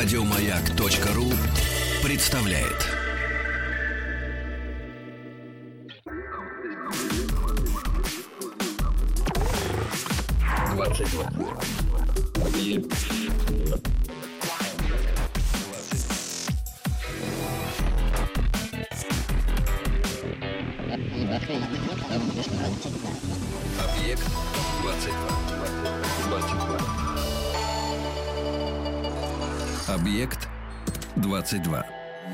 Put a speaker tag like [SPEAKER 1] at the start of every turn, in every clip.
[SPEAKER 1] Радиомаяк.ру представляет. Объект 22. Объект 22.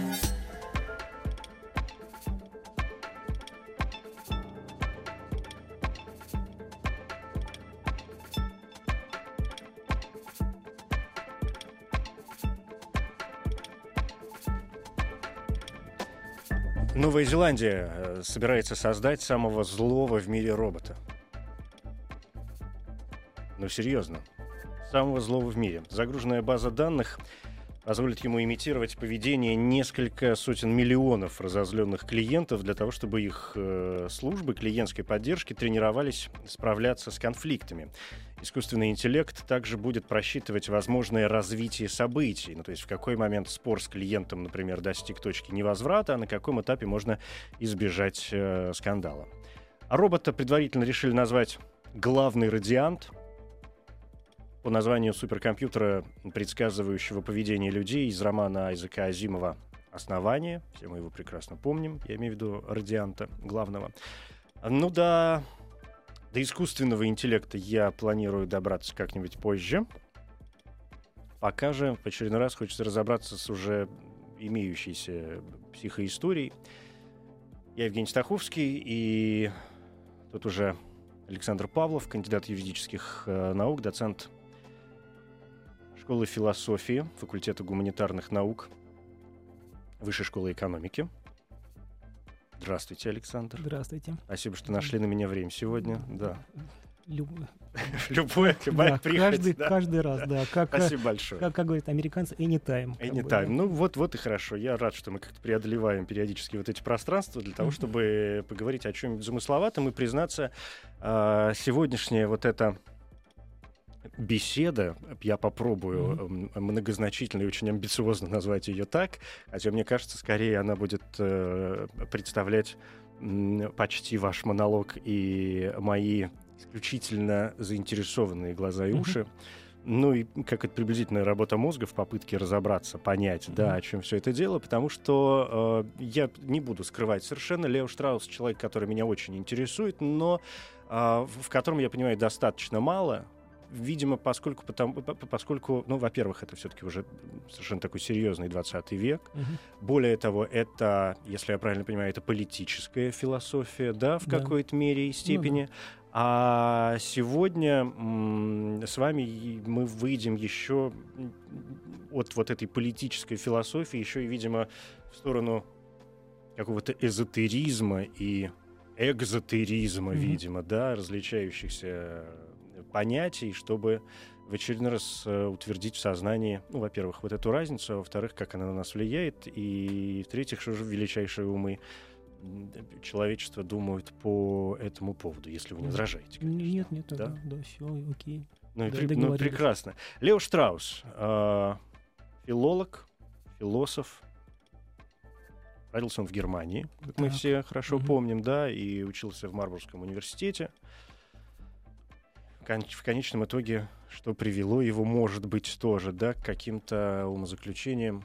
[SPEAKER 2] Новая Зеландия собирается создать самого злого в мире робота. Ну, серьезно. Самого злого в мире. Загруженная база данных позволит ему имитировать поведение несколько сотен миллионов разозленных клиентов для того, чтобы их службы клиентской поддержки тренировались справляться с конфликтами. Искусственный интеллект также будет просчитывать возможное развитие событий. Ну, то есть в какой момент спор с клиентом, например, достиг точки невозврата, а на каком этапе можно избежать скандала. А робота предварительно решили назвать «Главный радиант», по названию суперкомпьютера, предсказывающего поведение людей из романа Айзека Азимова «Основание». Все мы его прекрасно помним. Я имею в виду радианта главного. Ну да, до искусственного интеллекта я планирую добраться как-нибудь позже. Пока же в очередной раз хочется разобраться с уже имеющейся психоисторией. Я Евгений Стаховский, и тут уже Александр Павлов, кандидат юридических наук, доцент Школы философии, факультета гуманитарных наук, Высшей школы экономики. Здравствуйте, Александр.
[SPEAKER 3] Здравствуйте.
[SPEAKER 2] Спасибо, что нашли на меня время сегодня. Да.
[SPEAKER 3] Любая
[SPEAKER 2] прихоть.
[SPEAKER 3] Каждый раз, да.
[SPEAKER 2] Спасибо большое.
[SPEAKER 3] Как говорят американцы, anytime.
[SPEAKER 2] Anytime. Ну вот и хорошо. Я рад, что мы как-то преодолеваем периодически вот эти пространства для того, чтобы поговорить о чем-нибудь замысловатом и признаться, сегодняшняя вот эта беседа, я попробую многозначительно и очень амбициозно назвать ее так, хотя мне кажется, скорее она будет представлять почти ваш монолог и мои исключительно заинтересованные глаза и уши. Ну и как это приблизительная работа мозга в попытке разобраться, понять, да, о чем все это дело, потому что я не буду скрывать совершенно, Лео Штраус — человек, который меня очень интересует, но в котором я понимаю достаточно мало. Видимо, поскольку, ну, во-первых, это все-таки уже совершенно такой серьезный 20 век. Более того, это, если я правильно понимаю, это политическая философия, да, в какой-то мере и степени. Ну, да. А сегодня с вами мы выйдем еще от вот этой политической философии, еще и, видимо, в сторону какого-то эзотеризма и экзотеризма, видимо, да, различающихся понятий, чтобы в очередной раз утвердить в сознании, ну, во-первых, вот эту разницу, а во-вторых, как она на нас влияет, и в-третьих, что же величайшие умы человечества думают по этому поводу, если вы не возражаете, конечно.
[SPEAKER 3] Нет, да, все, окей.
[SPEAKER 2] Ну, прекрасно. Лео Штраус, филолог, философ, родился он в Германии, как мы все хорошо помним, да, и учился в Марбургском университете. В конечном итоге, что привело его, может быть, тоже, да, к каким-то умозаключениям,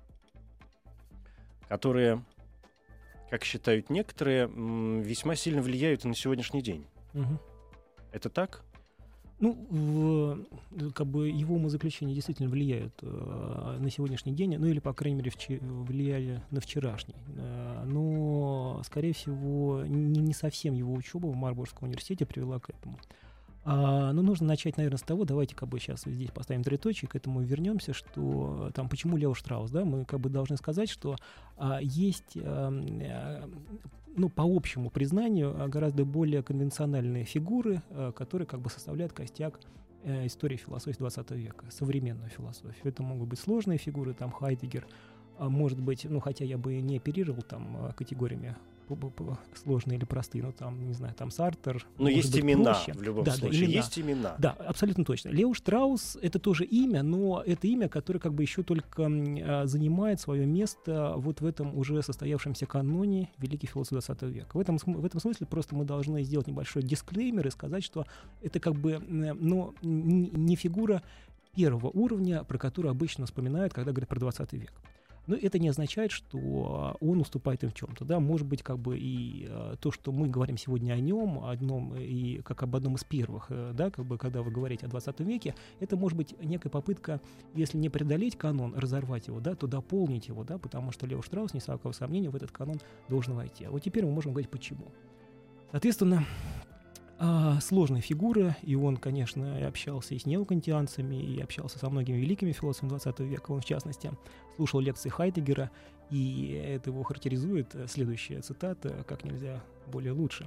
[SPEAKER 2] которые, как считают некоторые, весьма сильно влияют и на сегодняшний день. Это так?
[SPEAKER 3] Ну, как бы его умозаключения действительно влияют на сегодняшний день, ну или, по крайней мере, влияли на вчерашний. Но, скорее всего, не совсем его учеба в Марбургском университете привела к этому. Но нужно начать, наверное, с того, давайте как бы сейчас здесь поставим троеточие, к этому вернемся, что там почему Лео Штраус, да, мы как бы должны сказать, что есть, ну, по общему признанию, гораздо более конвенциональные фигуры, которые как бы составляют костяк истории философии 20 века, современную философию. Это могут быть сложные фигуры, там Хайдеггер, может быть, ну, хотя я бы не оперировал там категориями сложные или простые, ну, там, не знаю, там Сартер.
[SPEAKER 2] Но есть
[SPEAKER 3] быть,
[SPEAKER 2] имена
[SPEAKER 3] проще.
[SPEAKER 2] в любом
[SPEAKER 3] да,
[SPEAKER 2] случае.
[SPEAKER 3] имена.
[SPEAKER 2] Есть имена.
[SPEAKER 3] Да, абсолютно точно. Лео Штраус — это тоже имя, но это имя, которое как бы еще только занимает свое место вот в этом уже состоявшемся каноне великих философов XX века. В этом смысле просто мы должны сделать небольшой дисклеймер и сказать, что это как бы, ну, не фигура первого уровня, про которую обычно вспоминают, когда говорят про 20 век. Но это не означает, что он уступает им в чем-то. Да? Может быть, как бы и то, что мы говорим сегодня о нем, и как об одном из первых, да, как бы, когда вы говорите о 20 веке, это может быть некая попытка, если не преодолеть канон, разорвать его, да, то дополнить его, да, потому что Лео Штраус, не всякого сомнения, в этот канон должен войти. А вот теперь мы можем говорить, почему. Соответственно, сложная фигура, и он, конечно, и общался и с неокантианцами, и общался со многими великими философами 20 века. Он, в частности, слушал лекции Хайдеггера, и это его характеризует следующая цитата, как нельзя более лучше.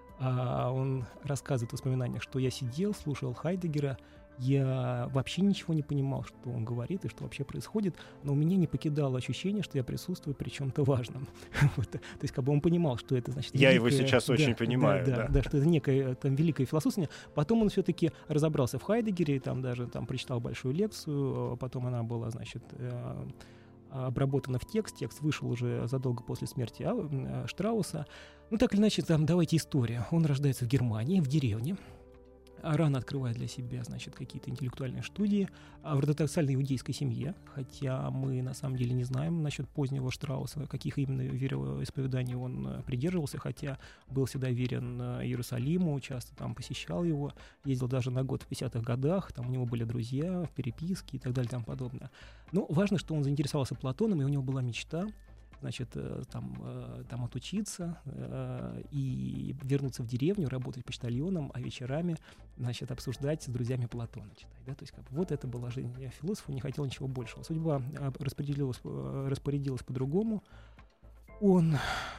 [SPEAKER 3] Он рассказывает в воспоминаниях, что я сидел, слушал Хайдеггера, я вообще ничего не понимал, что он говорит и что вообще происходит, но у меня не покидало ощущение, что я присутствую при чем-то важном. Вот. То есть, как бы он понимал, что это значит...
[SPEAKER 2] Я его сейчас очень понимаю.
[SPEAKER 3] Да, что это некое там великое философствование. Потом он все-таки разобрался в Хайдеггере, там даже там прочитал большую лекцию, потом она была, значит, обработана в текст. Текст вышел уже задолго после смерти Штрауса. Ну, так или иначе, там, давайте история. Он рождается в Германии, в деревне. Рано открывает для себя, значит, какие-то интеллектуальные студии в ортодоксальной иудейской семье, хотя мы на самом деле не знаем насчет позднего Штрауса, каких именно вероисповеданий он придерживался, хотя был всегда верен Иерусалиму, часто там посещал его, ездил даже на год в 50-х годах, там у него были друзья, переписки и так далее и тому подобное. Но важно, что он заинтересовался Платоном, и у него была мечта, значит, там отучиться и вернуться в деревню, работать почтальоном, а вечерами, значит, обсуждать с друзьями Платона, читать, да, то есть как бы, вот это была жизнь философа, не хотел ничего большего. Судьба распорядилась по-другому. Он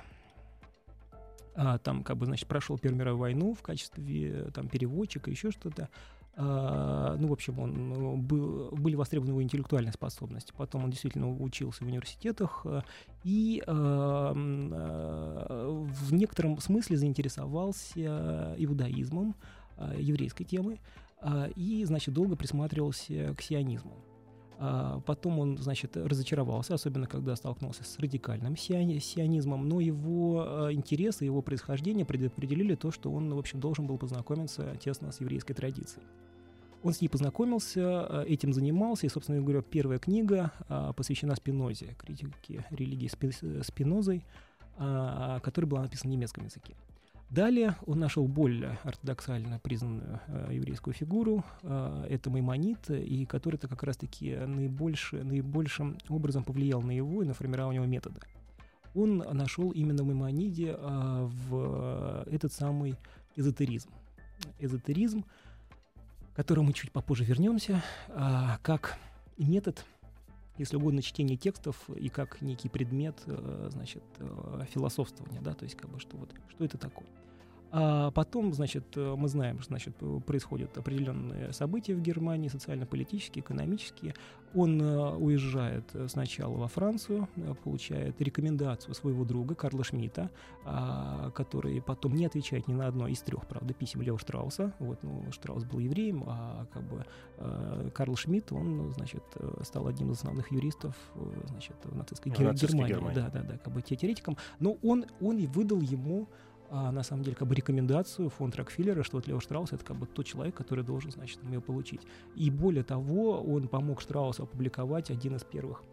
[SPEAKER 3] там, как бы, значит, прошел Первую мировую войну в качестве там переводчика, еще что-то. Ну, в общем, были востребованы его интеллектуальные способности. Потом он действительно учился в университетах и в некотором смысле заинтересовался иудаизмом, еврейской темой, и, значит, долго присматривался к сионизму. Потом он, значит, разочаровался, особенно когда столкнулся с радикальным сионизмом, но его интересы, его происхождение предопределили то, что он, в общем, должен был познакомиться тесно с еврейской традицией. Он с ней познакомился, этим занимался, и, собственно говоря, первая книга посвящена Спинозе, критике религии Спинозой, которая была написана на немецком языке. Далее он нашел более ортодоксально признанную еврейскую фигуру, это Маймонид, и который-то как раз-таки наибольшим образом повлиял на его и на формирование его метода. Он нашел именно в Маймониде в этот самый эзотеризм. Эзотеризм, к которому мы чуть попозже вернемся, как метод, если угодно, чтения текстов и как некий предмет, значит, философствования, да, то есть как бы что это такое. А потом, значит, мы знаем, что, значит, происходят определенные события в Германии, социально-политические, экономические. Он уезжает сначала во Францию, получает рекомендацию своего друга Карла Шмидта, который потом не отвечает ни на одно из 3, правда, писем Лео Штрауса. Вот, ну, Штраус был евреем, а как бы Карл Шмидт, он, значит, стал одним из основных юристов, значит, в нацистской Германии. Да, как бы теоретиком. Но он и выдал ему на самом деле, как бы рекомендацию фонд Рокфеллера, что вот Лео Штраус — это как бы тот человек, который должен, значит, ее получить. И более того, он помог Штраусу опубликовать один из первых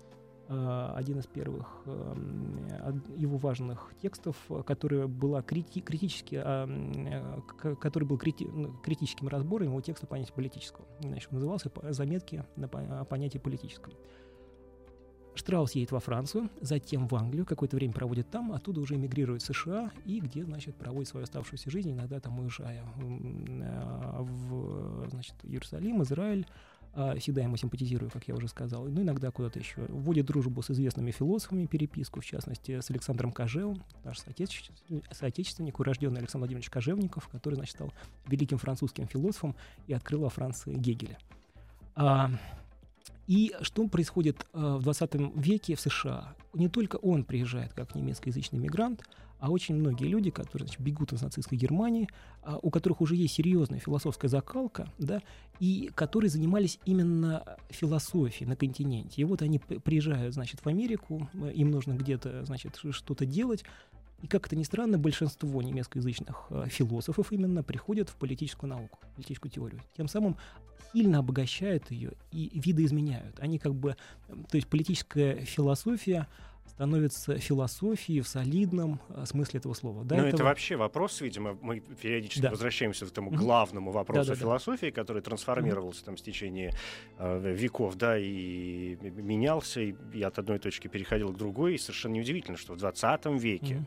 [SPEAKER 3] его важных текстов, который был критическим разбором его текста понятия политического. Значит, назывался «Заметки о понятии политическом». Штраус едет во Францию, затем в Англию, какое-то время проводит там, оттуда уже эмигрирует в США, и где, значит, проводит свою оставшуюся жизнь, иногда там уезжая в, значит, Иерусалим, Израиль, всегда ему симпатизирую, как я уже сказал, но иногда куда-то еще. Вводит дружбу с известными философами, переписку, в частности, с Александром Кожевым, наш соотечественник, урожденный Александр Владимирович Кожевников, который, значит, стал великим французским философом и открыл во Франции Гегеля. И что происходит в 20 веке в США? Не только он приезжает как немецкоязычный мигрант, а очень многие люди, которые, значит, бегут из нацистской Германии, у которых уже есть серьезная философская закалка, да, и которые занимались именно философией на континенте. И вот они приезжают, значит, в Америку, им нужно где-то, значит, что-то делать, и, как это ни странно, большинство немецкоязычных философов именно приходят в политическую науку, политическую теорию. Тем самым сильно обогащают ее и видоизменяют. Они как бы, то есть политическая философия становится философией в солидном смысле этого слова.
[SPEAKER 2] Но это вообще вопрос, видимо, мы периодически возвращаемся к тому главному вопросу философии, который трансформировался там в течение веков, да, и менялся, и от одной точки переходил к другой. И совершенно неудивительно, что в 20 веке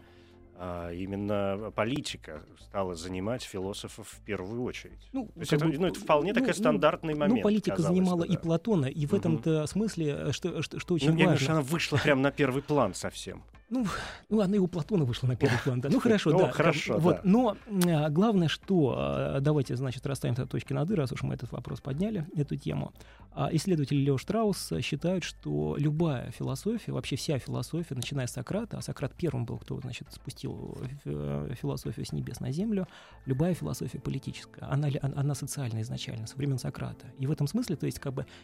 [SPEAKER 2] именно политика стала занимать философов в первую очередь. Это вполне такой стандартный момент.
[SPEAKER 3] Политика занимала и Платона, и в этом-то смысле, что очень важно.
[SPEAKER 2] Мне кажется, она вышла прямо на первый план совсем.
[SPEAKER 3] Она и у Платона вышла на первый план, да. Ну, хорошо, да.
[SPEAKER 2] Хорошо,
[SPEAKER 3] вот, но главное, что... Давайте, значит, расставим точки над «и», раз уж мы этот вопрос подняли, эту тему. Исследователи Лео Штраус считают, что любая философия, вообще вся философия, начиная с Сократа, а Сократ первым был, кто, значит, спустил философию с небес на землю, любая философия политическая, она социальная изначально, со времен Сократа. И в этом смысле, то есть, как бы,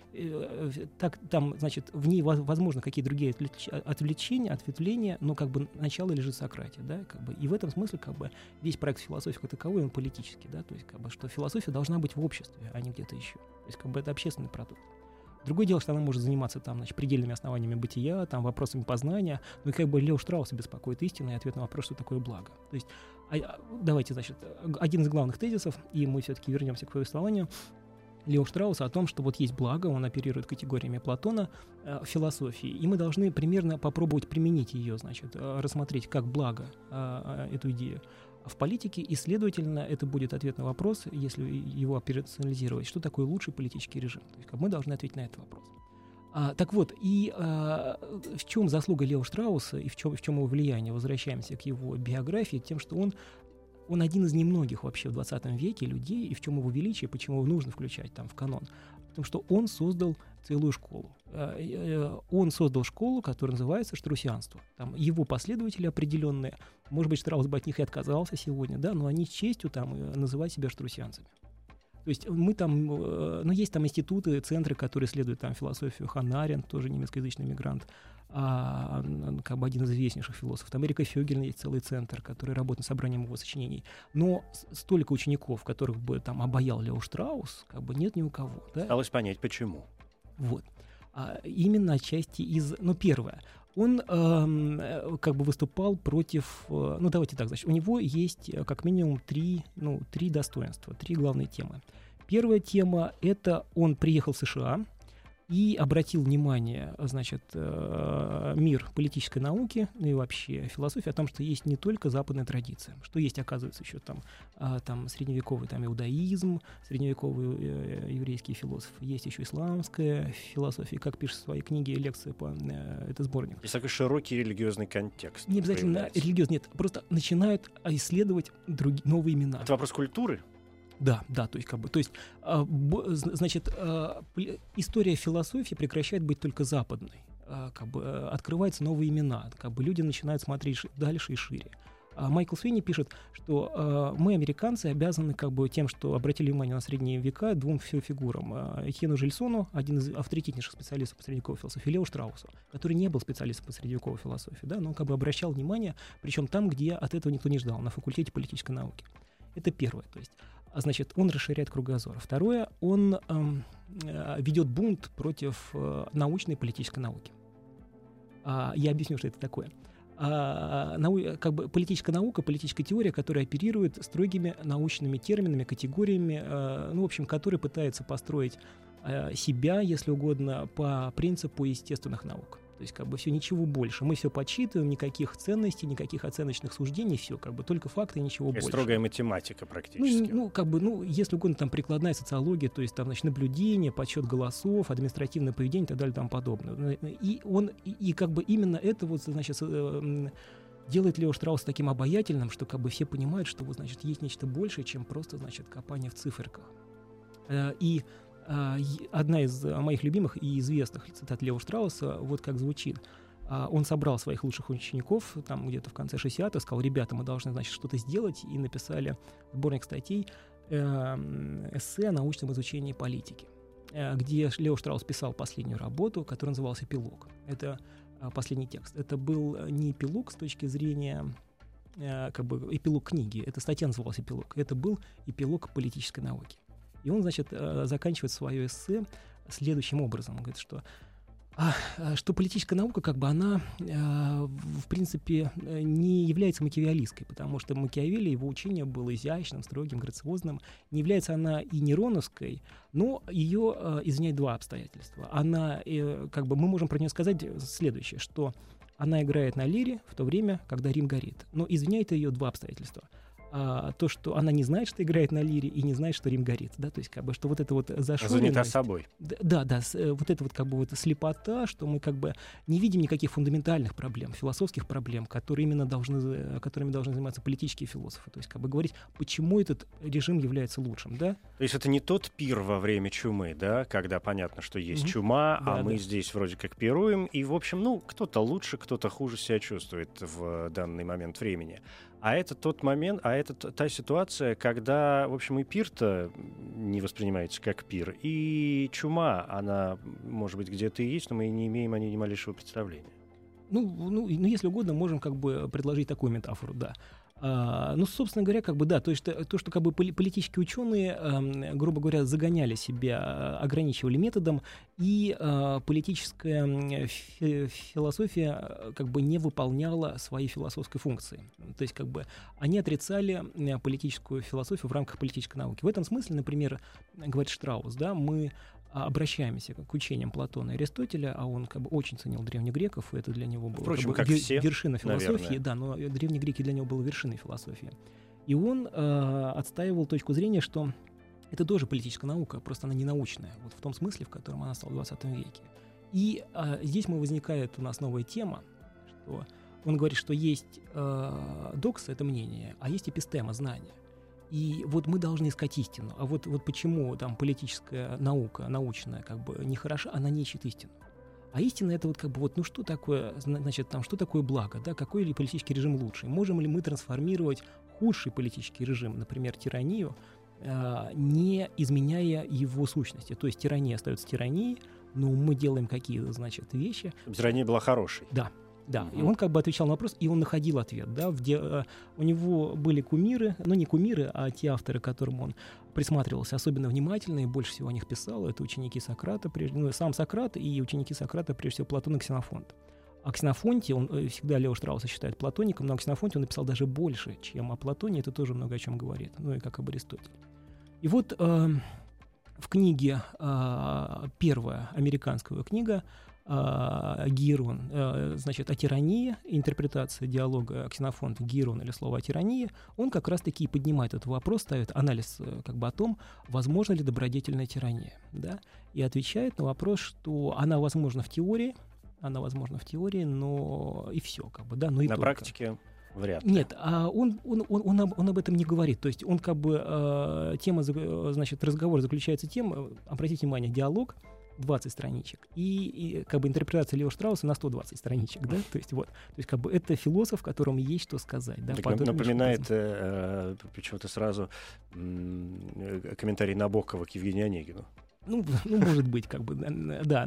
[SPEAKER 3] там, значит, в ней возможно какие-то другие ответвления, но как бы начало лежит в Сократе, да, как бы, и в этом смысле как бы весь проект философии как таковой, он политический, да, то есть как бы, что философия должна быть в обществе, а не где-то еще, то есть как бы это общественный продукт. Другое дело, что она может заниматься там, значит, предельными основаниями бытия, там, вопросами познания, но и как бы Лео Штрауса беспокоит истина и ответ на вопрос, что такое благо. То есть давайте, значит, один из главных тезисов, и мы все-таки вернемся к повествованию, Лео Штрауса о том, что вот есть благо, он оперирует категориями Платона в философии, и мы должны примерно попробовать применить ее, значит, рассмотреть как благо эту идею в политике, и, следовательно, это будет ответ на вопрос, если его операционализировать, что такое лучший политический режим. То есть мы должны ответить на этот вопрос. Так вот, и в чем заслуга Лео Штрауса и в чем его влияние? Возвращаемся к его биографии, тем, что он один из немногих вообще в 20 веке людей, и в чем его величие, почему его нужно включать там в канон. Потому что он создал целую школу. Он создал школу, которая называется штраусианство. Там его последователи определенные, может быть, Штраус бы от них и отказался сегодня, да, но они с честью там называют себя штраусианцами. То есть мы там, есть там институты, центры, которые исследуют там философию. Ханна Аренд, тоже немецкоязычный мигрант, как бы один из известнейших философов. Там Эрика Фёгельна есть целый центр, который работает над собранием его сочинений. Но столько учеников, которых бы там обаял Лео Штраус, как бы нет ни у кого. Да?
[SPEAKER 2] Осталось понять, почему.
[SPEAKER 3] Вот. Именно отчасти первое. Он как бы выступал против... давайте так, значит, у него есть как минимум три достоинства, три главные темы. Первая тема — это он приехал в США и обратил внимание, значит, мир политической науки, и вообще философии, о том, что есть не только западная традиция, что есть, оказывается, еще там средневековый там иудаизм, средневековые еврейские философы, есть еще исламская философия, как пишет в своей книге лекция это сборник.
[SPEAKER 2] Есть такой широкий религиозный контекст.
[SPEAKER 3] Не обязательно религиозный, нет, просто начинают исследовать новые имена.
[SPEAKER 2] Это вопрос культуры?
[SPEAKER 3] Да, то есть значит, история философии прекращает быть только западной, открываются новые имена, люди начинают смотреть дальше и шире. Майкл Свинни пишет, что мы, американцы, обязаны тем, что обратили внимание на средние века, двум фигурам. Этьену Жильсону, один из авторитетнейших специалистов по средневековой философии, Лео Штраусу, который не был специалистом по средневековой философии, да, но он обращал внимание, причем там, где от этого никто не ждал, на факультете политической науки. Это первое, то есть. Значит, он расширяет кругозор. Второе, он ведет бунт против научной и политической науки. Я объясню, что это такое. Политическая наука, политическая теория, которая оперирует строгими научными терминами, категориями, которые пытаются построить себя, если угодно, по принципу естественных наук. То есть все, ничего больше. Мы все подсчитываем, никаких ценностей, никаких оценочных суждений, все только факты, ничего больше.
[SPEAKER 2] Строгая математика практически.
[SPEAKER 3] Если угодно, там прикладная социология, то есть там, значит, наблюдение, подсчет голосов, административное поведение и так далее и тому подобное. И он, именно это значит, делает Лео Штрауса таким обаятельным, что все понимают, что значит, есть нечто большее, чем просто, значит, копание в циферках. И одна из моих любимых и известных цитат Лео Штрауса вот как звучит. Он собрал своих лучших учеников там где-то в конце 60-х, сказал: ребята, мы должны, значит, что-то сделать, и написали сборник статей эссе о научном изучении политики, где Лео Штраус писал последнюю работу, которая называлась «Эпилог». Это последний текст. Это был не эпилог с точки зрения, как бы эпилог книги, эта статья называлась «Эпилог», это был эпилог политической науки. И он, значит, заканчивает свое эссе следующим образом. Он говорит, что политическая наука, как бы, она, в принципе, не является макиавеллистской, потому что Макиавелли, его учение было изящным, строгим, грациозным. Не является она и нероновской, но ее извиняет два обстоятельства. Она, как бы, мы можем про нее сказать следующее, что она играет на лире в то время, когда Рим горит. Но извиняет ее два обстоятельства. То, что она не знает, что играет на лире, и не знает, что Рим горит, да, то есть, как бы, что вот это вот зашоренность...
[SPEAKER 2] Занята собой.
[SPEAKER 3] Да, вот это вот, как бы, вот слепота, что мы, как бы, не видим никаких фундаментальных проблем, философских проблем, которыми должны заниматься политические философы, то есть, как бы, говорить, почему этот режим является лучшим, да?
[SPEAKER 2] То есть это не тот пир во время чумы, да, когда понятно, что есть чума,
[SPEAKER 3] да,
[SPEAKER 2] мы здесь вроде как пируем, и, в общем, кто-то лучше, кто-то хуже себя чувствует в данный момент времени. А это тот момент, это та ситуация, когда, в общем, и пир-то не воспринимается как пир, и чума, она, может быть, где-то и есть, но мы не имеем о ней ни малейшего представления.
[SPEAKER 3] Ну, если угодно, можем, как бы, предложить такую метафору, да. Собственно говоря, как бы, да, то, что как бы политические ученые, грубо говоря, загоняли себя, ограничивали методом, и политическая философия, как бы, не выполняла своей философской функции. То есть, как бы, они отрицали политическую философию в рамках политической науки. В этом смысле, например, говорит Штраус, да, мы обращаемся к учениям Платона и Аристотеля, а он, как бы, очень ценил древних греков, и это для него было,
[SPEAKER 2] впрочем,
[SPEAKER 3] как бы,
[SPEAKER 2] все,
[SPEAKER 3] вершина философии,
[SPEAKER 2] наверное.
[SPEAKER 3] да, но древние греки для него было вершиной философии. И он отстаивал точку зрения, что это тоже политическая наука, просто она не научная, вот в том смысле, в котором она стала в 20 веке. И здесь возникает у нас новая тема, что он говорит, что есть докс, это мнение, а есть эпистема, знание. И вот мы должны искать истину. А вот почему там политическая наука, научная, как бы, не хороша, она не ищет истину. А истина — это вот, как бы, вот, ну что такое, значит, там, что такое благо, да, какой ли политический режим лучше? Можем ли мы трансформировать худший политический режим, например, тиранию, не изменяя его сущности? То есть тирания остается тиранией, но мы делаем какие-то, значит, вещи.
[SPEAKER 2] Тирания была хорошей.
[SPEAKER 3] Да, и он, как бы, отвечал на вопрос, и он находил ответ, да, у него были кумиры, ну не кумиры, а те авторы, к которым он присматривался особенно внимательно и больше всего о них писал, это ученики Сократа, сам Сократ и ученики Сократа, прежде всего, Платон и Ксенофонт. О Ксенофонте, он всегда Лео Штрауса считает платоником, но о Ксенофонте он написал даже больше, чем о Платоне, это тоже много о чем говорит, ну и как об Аристотеле. И вот в книге, первая американская книга, Гейрон, значит, о тирании, интерпретация диалога Ксенофонта, Гейрон или слово о тирании, он как раз-таки и поднимает этот вопрос, ставит анализ, как бы, о том, возможно ли добродетельная тирания, да, и отвечает на вопрос, что она возможна в теории, но и все, как бы, да, но и
[SPEAKER 2] на
[SPEAKER 3] только.
[SPEAKER 2] практике вряд ли.
[SPEAKER 3] Нет, он об этом не говорит. То есть он, как бы, тема, значит, разговор заключается тем, обратите внимание, диалог 20 страничек и как бы интерпретация Лео Штрауса на 120 страничек, да, то есть вот, то есть, как бы, это философ, которому есть что сказать, да.
[SPEAKER 2] Напоминает почему-то сразу комментарий Набокова к Евгению Онегину.
[SPEAKER 3] Ну, может быть, как бы, да,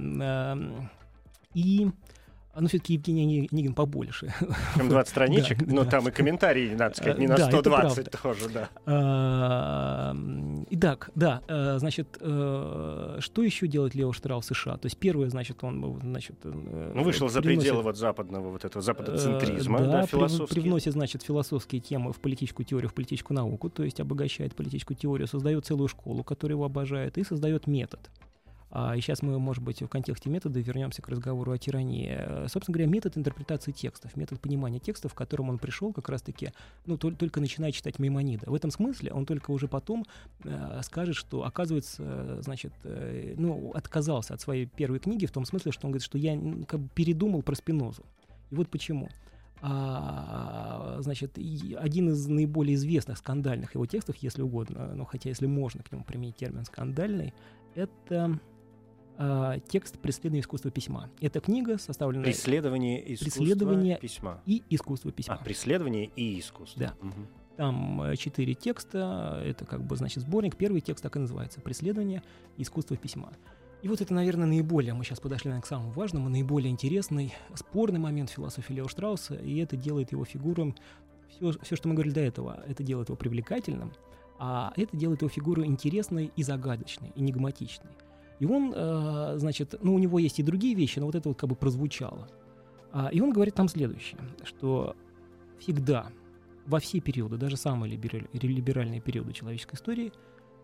[SPEAKER 3] но все-таки Евгений Онегин побольше.
[SPEAKER 2] Чем 20 страничек,
[SPEAKER 3] да,
[SPEAKER 2] но
[SPEAKER 3] да.
[SPEAKER 2] там и комментарии, надо сказать, не на 120 тоже, да.
[SPEAKER 3] Итак, да, значит, что еще делает Лео Штраус в США? То есть первое, значит, он, значит...
[SPEAKER 2] вышел за пределы вот западного, вот этого западоцентризма, да, философский.
[SPEAKER 3] Привносит, значит, философские темы в политическую теорию, в политическую науку, то есть обогащает политическую теорию, создает целую школу, которая его обожает, и создает метод. И сейчас мы, может быть, в контексте метода вернемся к разговору о тирании. Собственно говоря, метод интерпретации текстов, метод понимания текстов, к которому он пришел как раз-таки, только начиная читать Маймонида. В этом смысле он только уже потом скажет, что, оказывается, значит, отказался от своей первой книги в том смысле, что он говорит, что я, как бы, передумал про Спинозу. И вот почему. Значит, один из наиболее известных скандальных его текстов, если угодно, хотя если можно к нему применить термин «скандальный», это текст «Преследование искусства письма». Это книга, составленная...
[SPEAKER 2] Преследование письма.
[SPEAKER 3] И искусство письма.
[SPEAKER 2] Преследование и искусство.
[SPEAKER 3] Да. Угу. Там 4 текста, это как бы, значит, сборник. Первый текст так и называется «Преследование и искусство письма». И вот это, наверное, наиболее, мы сейчас подошли, наверное, к самому важному, наиболее интересный, спорный момент философии Лео Штрауса, и это делает его фигуру, все, что мы говорили до этого, это делает его привлекательным, а это делает его фигуру интересной и загадочной, энигматичной. И он, значит, у него есть и другие вещи, но вот это вот как бы прозвучало. И он говорит там следующее, что всегда, во все периоды, даже самые либеральные периоды человеческой истории,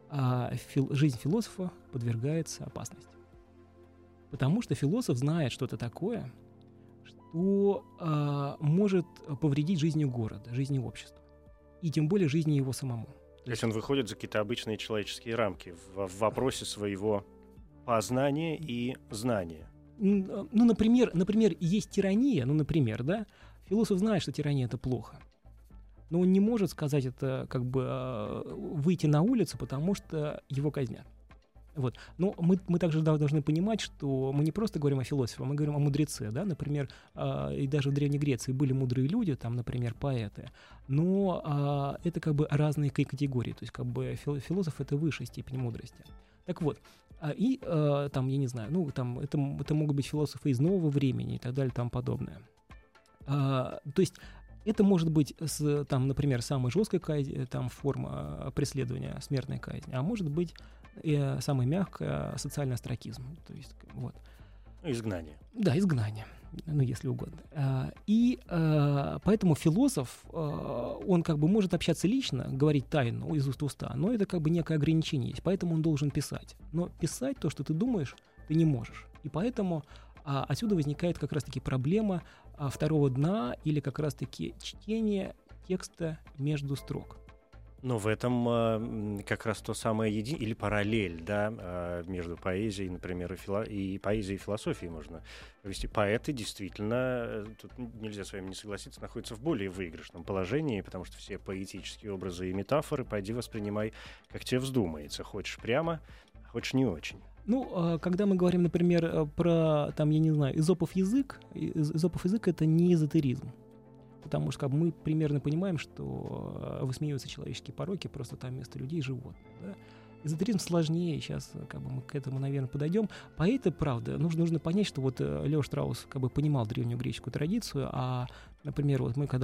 [SPEAKER 3] жизнь философа подвергается опасности. Потому что философ знает что-то такое, что может повредить жизни города, жизни общества. И тем более жизни его самому.
[SPEAKER 2] То есть он выходит за какие-то обычные человеческие рамки в вопросе своего познания и знания.
[SPEAKER 3] Например, есть тирания, да? Философ знает, что тирания — это плохо. Но он не может сказать это, как бы выйти на улицу, потому что его казнят. Вот. Но мы также должны понимать, что мы не просто говорим о философе, мы говорим о мудреце, да, например, и даже в Древней Греции были мудрые люди, там, например, поэты, но это как бы разные категории, то есть как бы философ — это высшая степень мудрости. Так вот, и там, я не знаю, там это могут быть философы из нового времени и так далее, и тому подобное. То есть это может быть, там, например, самая жесткая казнь, там, форма преследования, смертная казнь, а может быть самая мягкая — социальный остракизм. То есть, вот.
[SPEAKER 2] Изгнание.
[SPEAKER 3] Да, изгнание, если угодно. И поэтому философ, он как бы может общаться лично, говорить тайну из уст в уста, но это как бы некое ограничение есть, поэтому он должен писать. Но писать то, что ты думаешь, ты не можешь. И поэтому отсюда возникает как раз-таки проблема второго дна или как раз-таки чтение текста между строк.
[SPEAKER 2] Но в этом как раз то самое или параллель, да, между поэзией, например, и поэзией и философией можно провести. Поэты действительно, тут нельзя с вами не согласиться, находятся в более выигрышном положении, потому что все поэтические образы и метафоры пойди воспринимай, как тебе вздумается. Хочешь прямо, хочешь не очень.
[SPEAKER 3] Когда мы говорим, например, про, там, я не знаю, Эзопов язык — это не эзотеризм. Потому что мы примерно понимаем, что высмеиваются человеческие пороки, просто там вместо людей животные. Да? Эзотеризм сложнее, сейчас как бы мы к этому, наверное, подойдем. Поэты, правда, нужно понять, что вот Лео Штраус как бы понимал древнюю греческую традицию, например, вот мы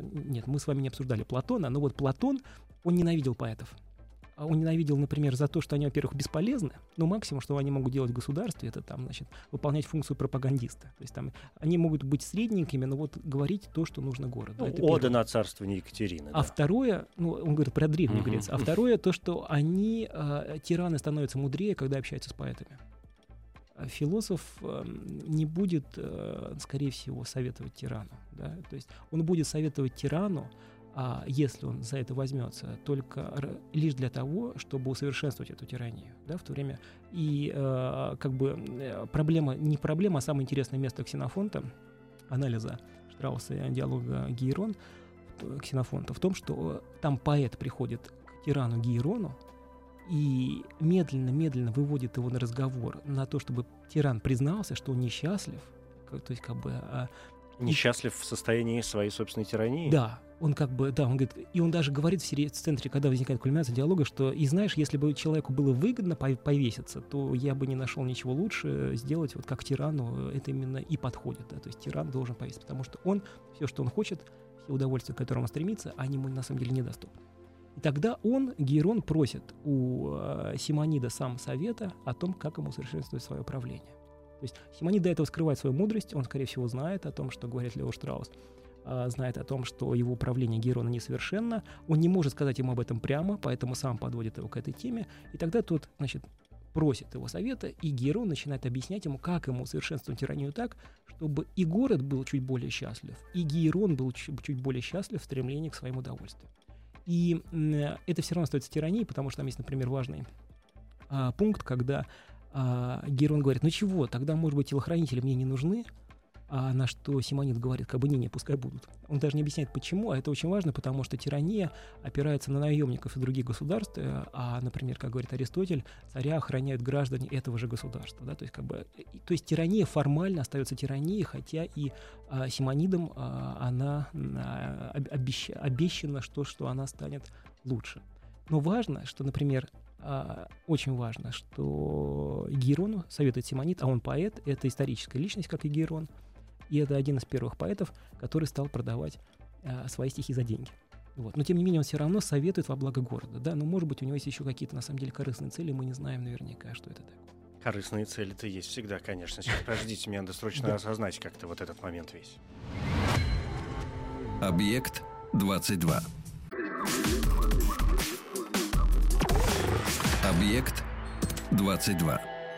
[SPEAKER 3] с вами не обсуждали Платона, но вот Платон, он ненавидел поэтов. Он ненавидел, например, за то, что они, во-первых, бесполезны, но максимум, что они могут делать в государстве, это там, значит, выполнять функцию пропагандиста. То есть там они могут быть средненькими, но вот говорить то, что нужно городу.
[SPEAKER 2] Ода на царствование Екатерины.
[SPEAKER 3] А второе, он говорит про Древнюю Грецию, а второе то, что они, тираны, становятся мудрее, когда общаются с поэтами. Философ не будет, скорее всего, советовать тирану. Да? То есть он будет советовать тирану, если он за это возьмется, только лишь для того, чтобы усовершенствовать эту тиранию, да, в то время. И как бы не проблема, а самое интересное место Ксенофонта, анализа Штрауса и диалога Гейрон, Ксенофонта, в том, что там поэт приходит к тирану Гейрону и медленно выводит его на разговор, на то, чтобы тиран признался, что он несчастлив, то есть как бы...
[SPEAKER 2] Несчастлив в состоянии своей собственной тирании?
[SPEAKER 3] Да. Он говорит, и он даже говорит в центре, когда возникает кульминация диалога, что, и знаешь, если бы человеку было выгодно повеситься, то я бы не нашел ничего лучше сделать, вот как тирану это именно и подходит, да, то есть тиран должен повеситься, потому что он, все, что он хочет, все удовольствия, к которым он стремится, они ему на самом деле недоступны. И тогда Гейрон просит у Симонида сам совета о том, как ему совершенствовать свое правление. То есть Симонид до этого скрывает свою мудрость, он, скорее всего, знает о том, что говорит Лео Штраус, знает о том, что его управление Гейрона несовершенно, он не может сказать ему об этом прямо, поэтому сам подводит его к этой теме, и тогда тот, значит, просит его совета, и Гейрон начинает объяснять ему, как ему усовершенствовать тиранию так, чтобы и город был чуть более счастлив, и Гейрон был чуть более счастлив в стремлении к своим удовольствиям. И это все равно остается тиранией, потому что там есть, например, важный пункт, когда Гейрон говорит, ну чего, тогда, может быть, телохранители мне не нужны, на что Симонид говорит, как бы не, пускай будут. Он даже не объясняет, почему, а это очень важно, потому что тирания опирается на наемников и других государств, а, например, как говорит Аристотель, царя охраняют граждане этого же государства. Да? То есть тирания формально остается тиранией, хотя и Симонидом она обещана, что она станет лучше. Но важно, что, например, очень важно, что Гейрону советует Симонид, а он поэт, это историческая личность, как и Гейрон, и это один из первых поэтов, который стал продавать свои стихи за деньги. Вот. Но, тем не менее, он все равно советует во благо города. Да? Но, может быть, у него есть еще какие-то, на самом деле, корыстные цели, мы не знаем наверняка, что это такое.
[SPEAKER 2] Корыстные цели-то есть всегда, конечно. Сейчас, подождите, мне надо срочно осознать как-то вот этот момент весь.
[SPEAKER 1] Объект 22. Объект 22.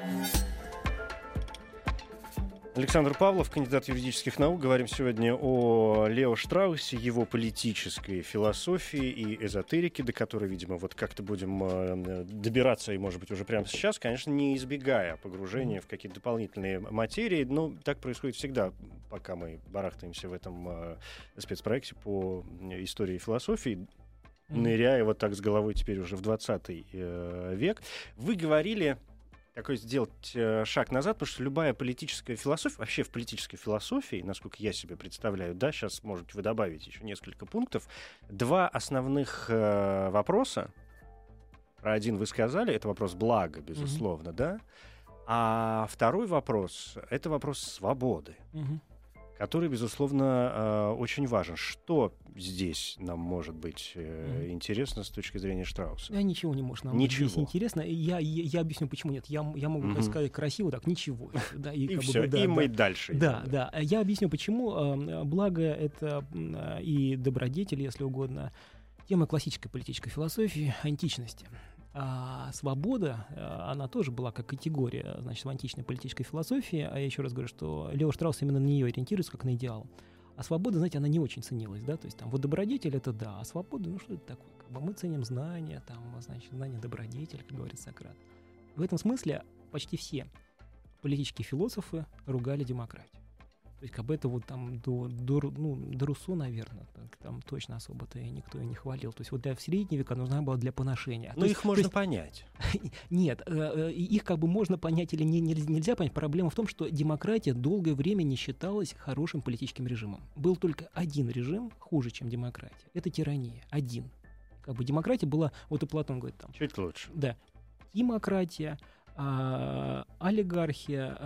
[SPEAKER 2] Александр Павлов, кандидат юридических наук. Говорим сегодня о Лео Штраусе, его политической философии и эзотерике, до которой, видимо, вот как-то будем добираться, и, может быть, уже прямо сейчас, конечно, не избегая погружения в какие-то дополнительные материи. Но так происходит всегда, пока мы барахтаемся в этом спецпроекте по истории и философии, ныряя вот так с головой теперь уже в 20 век. Вы говорили... такой сделать шаг назад, потому что любая политическая философия, вообще в политической философии, насколько я себе представляю, да, сейчас можете вы добавить еще несколько пунктов, два основных вопроса. Про один вы сказали, это вопрос блага, безусловно, да, а второй вопрос — это вопрос свободы, который, безусловно, очень важен. Что здесь нам может быть интересно с точки зрения Штрауса?
[SPEAKER 3] Ничего не может нам быть здесь интересно. Я объясню, почему нет. Я могу сказать красиво так, ничего. Да,
[SPEAKER 2] и все, и мы дальше.
[SPEAKER 3] Да. Я объясню, почему. Благо — это и добродетель, если угодно, тема классической политической философии, античности. А свобода, она тоже была как категория, значит, в античной политической философии. А я еще раз говорю, что Лео Штраус именно на нее ориентируется, как на идеал. А свобода, знаете, она не очень ценилась, да, то есть там вот добродетель — это да, а свобода, ну что это такое? Как бы мы ценим знания, там, значит, знание — добродетель, как говорит Сократ. В этом смысле почти все политические философы ругали демократию. То есть как бы это вот там до Руссо, наверное, там точно особо-то и никто и не хвалил. То есть вот в средние века нужна была для поношения.
[SPEAKER 2] Но их можно понять.
[SPEAKER 3] Нет, их как бы можно понять или нельзя понять. Проблема в том, что демократия долгое время не считалась хорошим политическим режимом. Был только один режим хуже, чем демократия. Это тирания. Один. Как бы демократия была, вот и Платон говорит там.
[SPEAKER 2] Чуть лучше.
[SPEAKER 3] Да. Демократия, олигархия,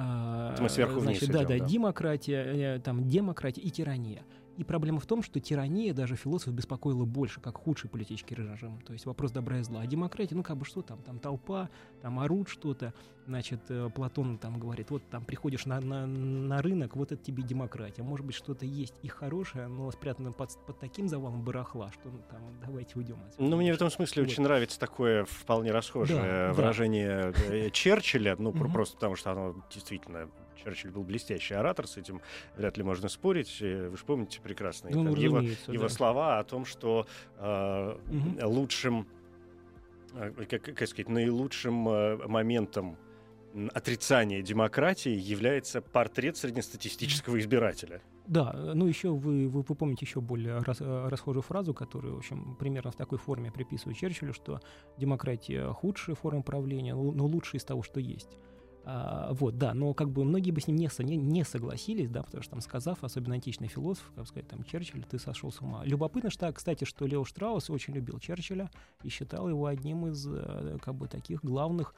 [SPEAKER 3] демократия, демократия и тирания. И проблема в том, что тирания даже философов беспокоила больше, как худший политический режим. То есть вопрос добра и зла. А демократия, ну как бы что там толпа, там орут что-то. Значит, Платон там говорит, вот там приходишь на рынок, вот это тебе демократия. Может быть, что-то есть и хорошее, но спрятано под таким завалом барахла, что там давайте уйдем отсюда.
[SPEAKER 2] Ну, мне в этом смысле очень нравится такое вполне расхожее выражение Черчилля, просто потому что оно действительно... Черчилль был блестящий оратор, с этим вряд ли можно спорить. Вы же помните прекрасно его слова о том, что лучшим, как сказать, наилучшим моментом отрицания демократии является портрет среднестатистического избирателя.
[SPEAKER 3] Да, ну еще вы помните еще более расхожую фразу, которую, в общем, примерно в такой форме приписывают Черчиллю, что демократия худшая форма правления, но лучшая из того, что есть. Но как бы многие бы с ним не согласились, да, потому что там сказав, особенно античный философ, как сказать, там, Черчилль, ты сошел с ума. Любопытно, кстати, что Лео Штраус очень любил Черчилля и считал его одним из как бы таких главных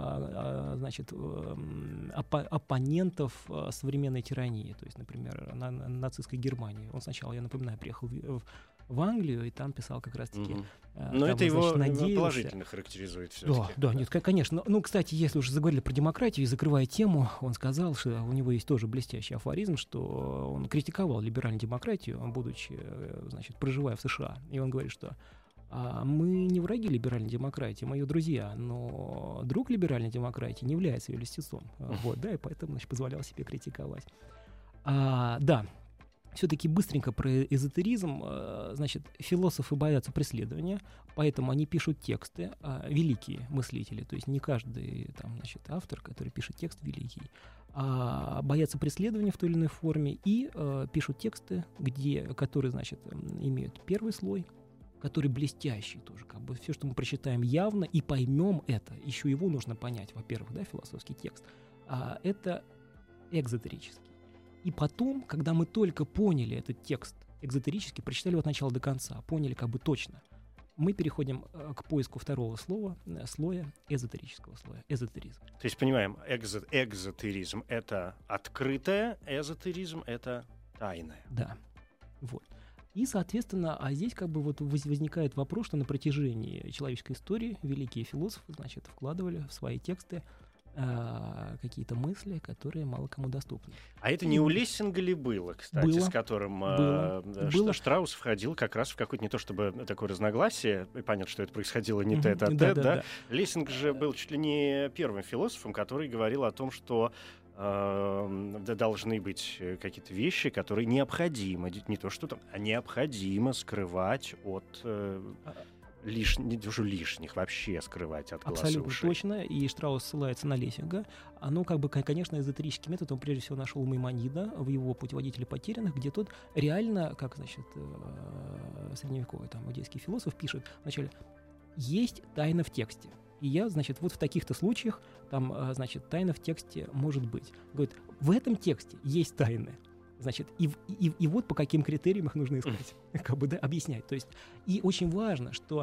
[SPEAKER 3] оппонентов современной тирании, то есть, например, нацистской Германии. Он сначала, я напоминаю, приехал в Англию и там писал как раз-таки...
[SPEAKER 2] Но это его положительно характеризует все-таки.
[SPEAKER 3] Да, нет, конечно. Ну, кстати, если уже заговорили про демократию и закрывая тему, он сказал, что у него есть тоже блестящий афоризм, что он критиковал либеральную демократию, будучи, значит, проживая в США. И он говорит, что мы не враги либеральной демократии, мы ее друзья, но друг либеральной демократии не является ее льстецом. Вот, да, и поэтому, значит, позволял себе критиковать. Да. Все-таки быстренько про эзотеризм. Значит, философы боятся преследования, поэтому они пишут тексты, великие мыслители. То есть не каждый там, значит, автор, который пишет текст, великий. боятся преследования в той или иной форме и пишут тексты, которые, значит, имеют первый слой, который блестящий тоже. Как бы все, что мы прочитаем явно и поймем это, еще его нужно понять, во-первых, да, философский текст, это экзотерический. И потом, когда мы только поняли этот текст экзотерически, прочитали его от начала до конца, поняли как бы точно, мы переходим к поиску второго слоя, эзотерического слоя, эзотеризм.
[SPEAKER 2] То есть, понимаем, экзотеризм — это открытое, эзотеризм — это тайное.
[SPEAKER 3] Да, вот. И, соответственно, здесь как бы вот возникает вопрос, что на протяжении человеческой истории великие философы, значит, вкладывали в свои тексты какие-то мысли, которые мало кому доступны.
[SPEAKER 2] А это не у Лессинга ли было, кстати, с которым Штраус входил как раз в какое-то, не то чтобы такое разногласие, и понятно, что это происходило не тет-а-тет, да? Лессинг же был чуть ли не первым философом, который говорил о том, что должны быть какие-то вещи, которые необходимо, не то что там, а необходимо скрывать от... лишних вообще скрывать от глаз и ушей.
[SPEAKER 3] Абсолютно точно, и Штраус ссылается на Лессинга. Но, как бы, конечно, эзотерический метод он прежде всего нашел у Маймонида в его «Путеводителе потерянных», где тот реально, как, значит, средневековый там иудейский философ пишет вначале: есть тайна в тексте. И я, значит, вот в таких-то случаях там, значит, тайна в тексте может быть. Говорит, в этом тексте есть тайны. Значит, и вот по каким критериям их нужно искать, как бы, да, объяснять. То есть, и очень важно, что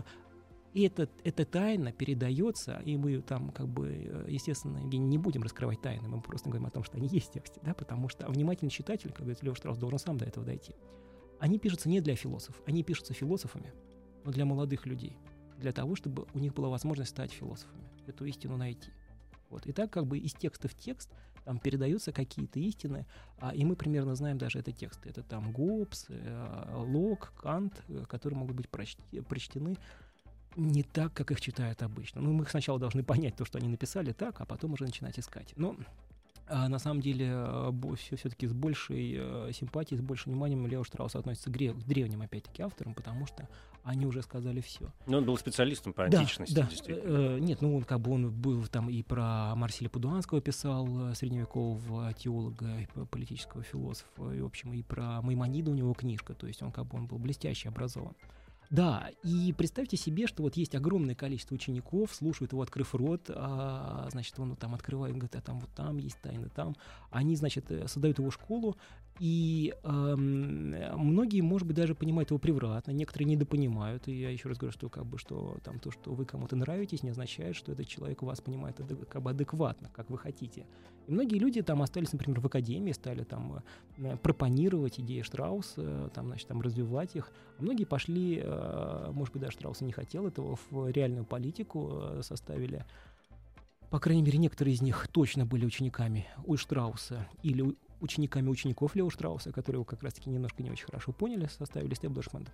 [SPEAKER 3] эта тайна передается, и мы там, как бы, естественно, не будем раскрывать тайны, мы просто говорим о том, что они есть в тексте, да, потому что внимательный читатель, как говорит Лев Штраус, должен сам до этого дойти. Они пишутся не для философов, они пишутся философами, но для молодых людей, для того, чтобы у них была возможность стать философами, эту истину найти. Вот. И так, как бы, из текста в текст там передаются какие-то истины, и мы примерно знаем даже это тексты. Это там Гоббс, Лок, Кант, которые могут быть прочтены не так, как их читают обычно. Ну, мы сначала должны понять то, что они написали так, а потом уже начинать искать. Но на самом деле все-таки с большей симпатией, с большим вниманием Лео Штраус относится к древним, опять-таки, авторам, потому что они уже сказали все.
[SPEAKER 2] Но он был специалистом по античности,
[SPEAKER 3] да,
[SPEAKER 2] действительно.
[SPEAKER 3] Нет, ну он был там и про Марсиля Пудуанского писал, средневекового теолога, и политического философа, и, в общем, и про Маймонида у него книжка, то есть он был блестяще образован. Да, и представьте себе, что вот есть огромное количество учеников, слушают его, открыв рот, значит, он там открывает, говорит, там вот там есть тайна, там. Они, значит, создают его школу, и многие, может быть, даже понимают его превратно, некоторые недопонимают. И я еще раз говорю, что, как бы, что там то, что вы кому-то нравитесь, не означает, что этот человек вас понимает как бы адекватно, как вы хотите. И многие люди там остались, например, в академии, стали там пропонировать идеи Штрауса, там, значит, там развивать их. А многие пошли, может быть, даже Штраус и не хотел этого, в реальную политику, составили. По крайней мере, некоторые из них точно были учениками у Штрауса или учениками учеников Лео Штрауса, которые его как раз-таки немножко не очень хорошо поняли, составили стеблишмент,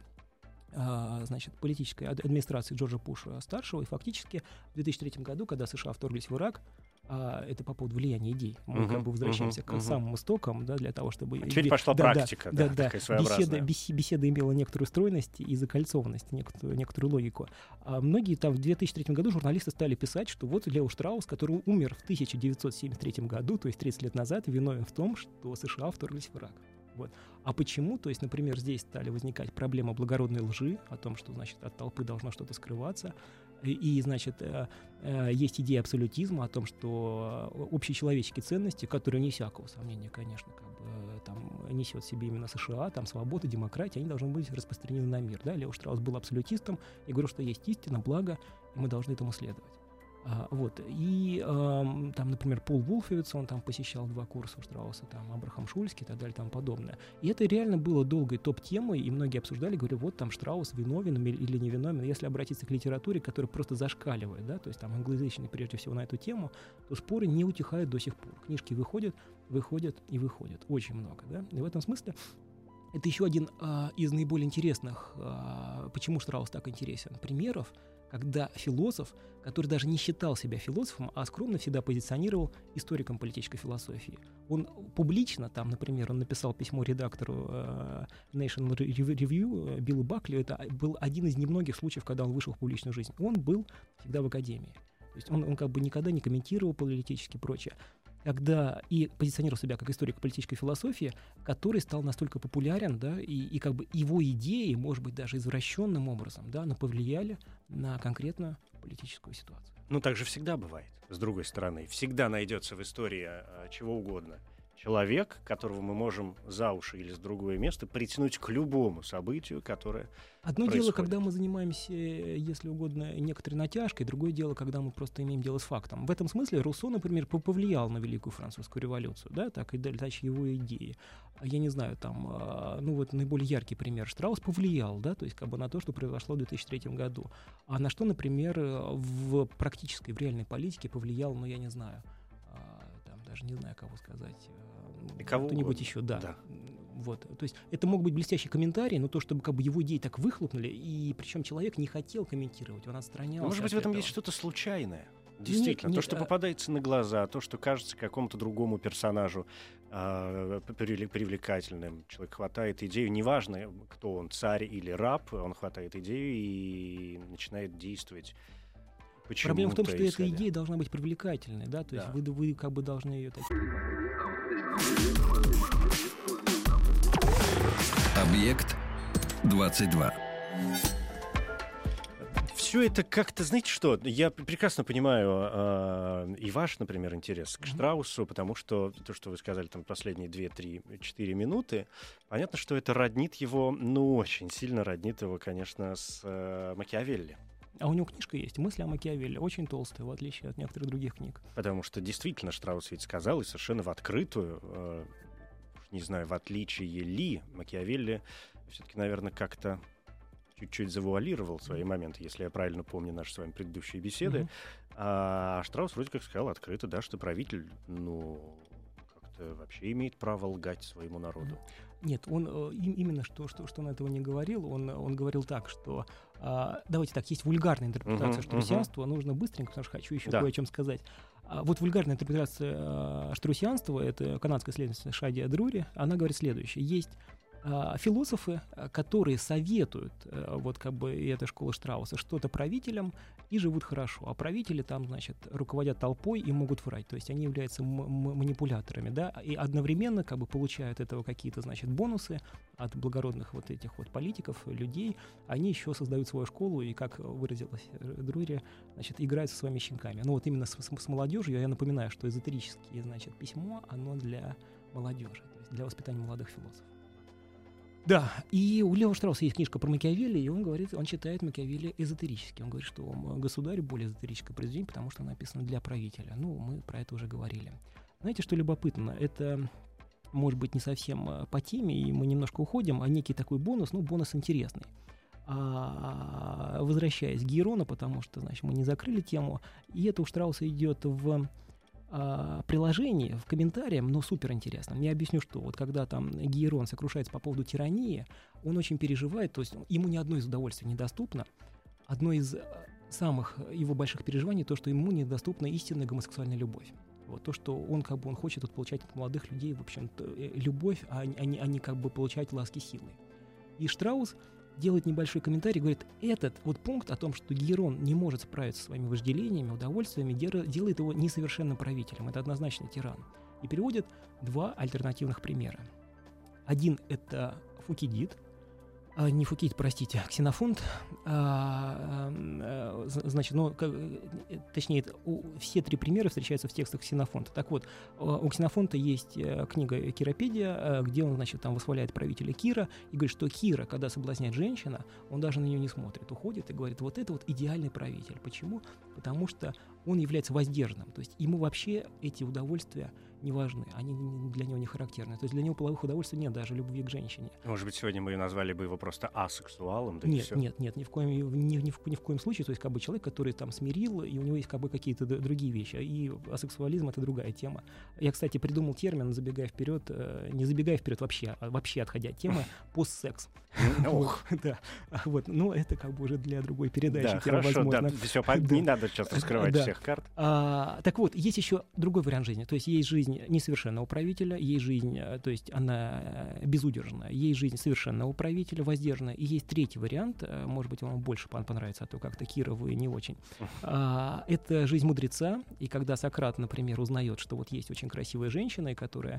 [SPEAKER 3] значит, политической администрации Джорджа Буша-старшего. И фактически в 2003 году, когда США вторглись в Ирак, это по поводу влияния идей. Мы как бы возвращаемся к самым истокам, да, для того, чтобы...
[SPEAKER 2] Теперь пошла практика, такая своеобразная.
[SPEAKER 3] Беседа имела некоторую стройность и закольцованность, некоторую логику. А многие там в 2003 году журналисты стали писать, что вот Лео Штраус, который умер в 1973 году, то есть 30 лет назад, виновен в том, что США вторглись в Ирак. Вот. А почему? То есть, например, здесь стали возникать проблемы благородной лжи, о том, что, значит, от толпы должно что-то скрываться. И, значит, есть идея абсолютизма о том, что общечеловеческие ценности, которые, не всякого сомнения, конечно, как бы, там, несет в себе именно США, там, свобода, демократия, они должны быть распространены на мир. Да? Лео Штраус был абсолютистом и говорил, что есть истина, благо, и мы должны этому следовать. Вот. И там, например, Пол Вулфовиц, он там посещал 2 курса у Штрауса, там Абрахам Шульский и так далее и тому подобное. И это реально было долгой топ-темой, и многие обсуждали, говорили, вот там Штраус виновен или не виновен. Если обратиться к литературе, которая просто зашкаливает, да, то есть там англоязычные прежде всего на эту тему, то споры не утихают до сих пор. Книжки выходят и выходят. Очень много, да. И в этом смысле это еще один из наиболее интересных, почему Штраус так интересен, примеров, когда философ, который даже не считал себя философом, а скромно всегда позиционировал историком политической философии. Он публично, там, например, он написал письмо редактору National Review Биллу Бакли, это был один из немногих случаев, когда он вышел в публичную жизнь. Он был всегда в академии. То есть он как бы никогда не комментировал политически и прочее. когда и позиционировал себя как историк политической философии, который стал настолько популярен, да, и как бы его идеи, может быть, даже извращенным образом, да, но повлияли на конкретную политическую ситуацию.
[SPEAKER 2] Ну, так же всегда бывает, с другой стороны. Всегда найдется в истории чего угодно человек, которого мы можем за уши или с другое место притянуть к любому событию, которое
[SPEAKER 3] Одно
[SPEAKER 2] происходит.
[SPEAKER 3] дело, когда мы занимаемся, если угодно, некоторой натяжкой, другое дело, когда мы просто имеем дело с фактом. В этом смысле Руссо, например, повлиял на Великую Французскую революцию, да, так и дальше его идеи. Я не знаю, там, ну вот наиболее яркий пример. Штраус повлиял, да, то есть как бы на то, что произошло в 2003 году. А на что, например, в практической, в реальной политике повлиял, ну я не знаю, там даже не знаю, кого сказать.
[SPEAKER 2] И кого
[SPEAKER 3] кто-нибудь
[SPEAKER 2] угодно.
[SPEAKER 3] еще, да.
[SPEAKER 2] Да.
[SPEAKER 3] Вот. То есть это мог быть блестящий комментарий, но то, чтобы как бы его идеи так выхлопнули, и причем человек не хотел комментировать, он отстранялся.
[SPEAKER 2] Может быть,
[SPEAKER 3] от
[SPEAKER 2] в этом
[SPEAKER 3] этого.
[SPEAKER 2] есть что-то случайное. Действительно,
[SPEAKER 3] Нет,
[SPEAKER 2] то, что попадается на глаза, то, что кажется какому-то другому персонажу привлекательным. Человек хватает идею, неважно, кто он, царь или раб, он хватает идею и начинает действовать.
[SPEAKER 3] Проблема в том, что эта
[SPEAKER 2] исходя.
[SPEAKER 3] идея должна быть привлекательной, да, то есть
[SPEAKER 2] Да.
[SPEAKER 3] вы как бы должны ее...
[SPEAKER 1] Объект 22.
[SPEAKER 2] Все это как-то, знаете что, я прекрасно понимаю и ваш, например, интерес к Штраусу, потому что то, что вы сказали там последние 2-3-4 минуты, понятно, что это роднит его, ну, очень сильно роднит его, конечно, с Макиавелли.
[SPEAKER 3] А у него книжка есть «Мысли о Макиавелли», очень толстая, в отличие от некоторых других книг.
[SPEAKER 2] Потому что действительно Штраус ведь сказал, и совершенно в открытую, не знаю, в отличие ли, Макиавелли все-таки, наверное, как-то чуть-чуть завуалировал свои моменты, если я правильно помню наши с вами предыдущие беседы. А Штраус вроде как сказал открыто, да, что правитель, ну, как-то вообще имеет право лгать своему народу.
[SPEAKER 3] Нет, он именно что он этого не говорил. Он говорил так, что давайте так, есть вульгарная интерпретация штрусианства, нужно быстренько, потому что хочу еще кое о чем сказать. Вот вульгарная интерпретация штрусианства, это канадская исследовательница Шадия Друри, она говорит следующее. Есть философы, которые советуют, вот как бы и эта школа Штрауса, что-то правителям и живут хорошо. А правители там, значит, руководят толпой и могут врать. То есть они являются манипуляторами, да, и одновременно как бы получают этого какие-то, значит, бонусы от благородных вот этих вот политиков, людей. Они еще создают свою школу и, как выразилась Друри, значит, играют со своими щенками. Ну вот именно с молодежью я напоминаю, что эзотерические, значит, письмо, оно для молодежи, то есть для воспитания молодых философов. Да, и у Лео Штрауса есть книжка про Макиавелли, и он говорит, он читает Макиавелли эзотерически. Он говорит, что «Государь» более эзотерическое произведение, потому что написано для правителя. Ну, мы про это уже говорили. Знаете, что любопытно? Это, может быть, не совсем по теме, и мы немножко уходим, а некий такой бонус, ну, бонус интересный. Возвращаясь к Гейрону, потому что, значит, мы не закрыли тему, и это у Штрауса идет в приложении, в комментариях, но супер интересно. Я объясню, что вот когда там Гейрон сокрушается по поводу тирании, он очень переживает, то есть ему ни одно из удовольствий недоступно. Одно из самых его больших переживаний то, что ему недоступна истинная гомосексуальная любовь. Вот то, что он как бы он хочет вот, получать от молодых людей, в общем-то, любовь, а не как бы получать ласки силой. И Штраус делает небольшой комментарий, говорит, этот вот пункт о том, что Гейрон не может справиться со своими вожделениями, удовольствиями, делает его несовершенным правителем. Это однозначно тиран. И переводит два альтернативных примера. Один — это Фукидид, не Фукидид, простите, Ксенофонт. Значит, ну, точнее, все три примера встречаются в текстах Ксенофонта. Так вот, у Ксенофонта есть книга «Киропедия», где он, значит, там восхваляет правителя Кира и говорит, что Кира, когда соблазняет женщина, он даже на нее не смотрит, уходит и говорит, вот это вот идеальный правитель. Почему? Потому что он является воздержанным. То есть ему вообще эти удовольствия не важны, они для него не характерны. То есть для него половых удовольствий нет, даже любви к женщине.
[SPEAKER 2] Может быть, сегодня мы назвали бы его просто асексуалом? Да
[SPEAKER 3] Нет, ни в коем случае. То есть как бы человек, который там смирил, и у него есть как бы какие-то другие вещи. И асексуализм — это другая тема. Я, кстати, придумал термин, не забегая вперед, вообще, а вообще отходя от темы, постсекс. Да. Вот. Но это как бы уже для другой передачи.
[SPEAKER 2] Да, хорошо, да, все, не надо сейчас раскрывать все всех карт.
[SPEAKER 3] Так вот, есть еще другой вариант жизни. То есть есть жизнь несовершенного правителя, есть жизнь, то есть она безудержная, есть жизнь совершенного правителя, воздержанная, и есть третий вариант, может быть, вам больше понравится, а то как-то, Кира, вы не очень. Это жизнь мудреца, и когда Сократ, например, узнает, что вот есть очень красивая женщина, которая,